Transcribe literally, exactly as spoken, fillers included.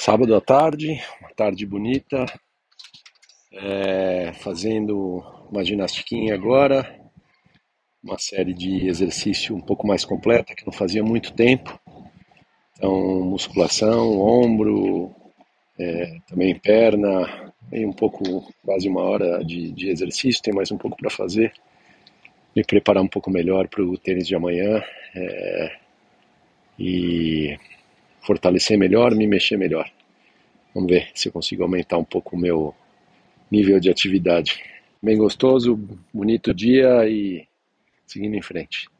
Sábado à tarde, uma tarde bonita, é, fazendo uma ginastiquinha agora, uma série de exercício um pouco mais completa que não fazia muito tempo. Então, musculação, ombro, também perna, e um pouco, quase uma hora de, de exercício, tem mais um pouco para fazer. Me preparar um pouco melhor para o tênis de amanhã é, e fortalecer melhor, me mexer melhor. Vamos ver se eu consigo aumentar um pouco o meu nível de atividade. Bem gostoso, bonito dia e seguindo em frente.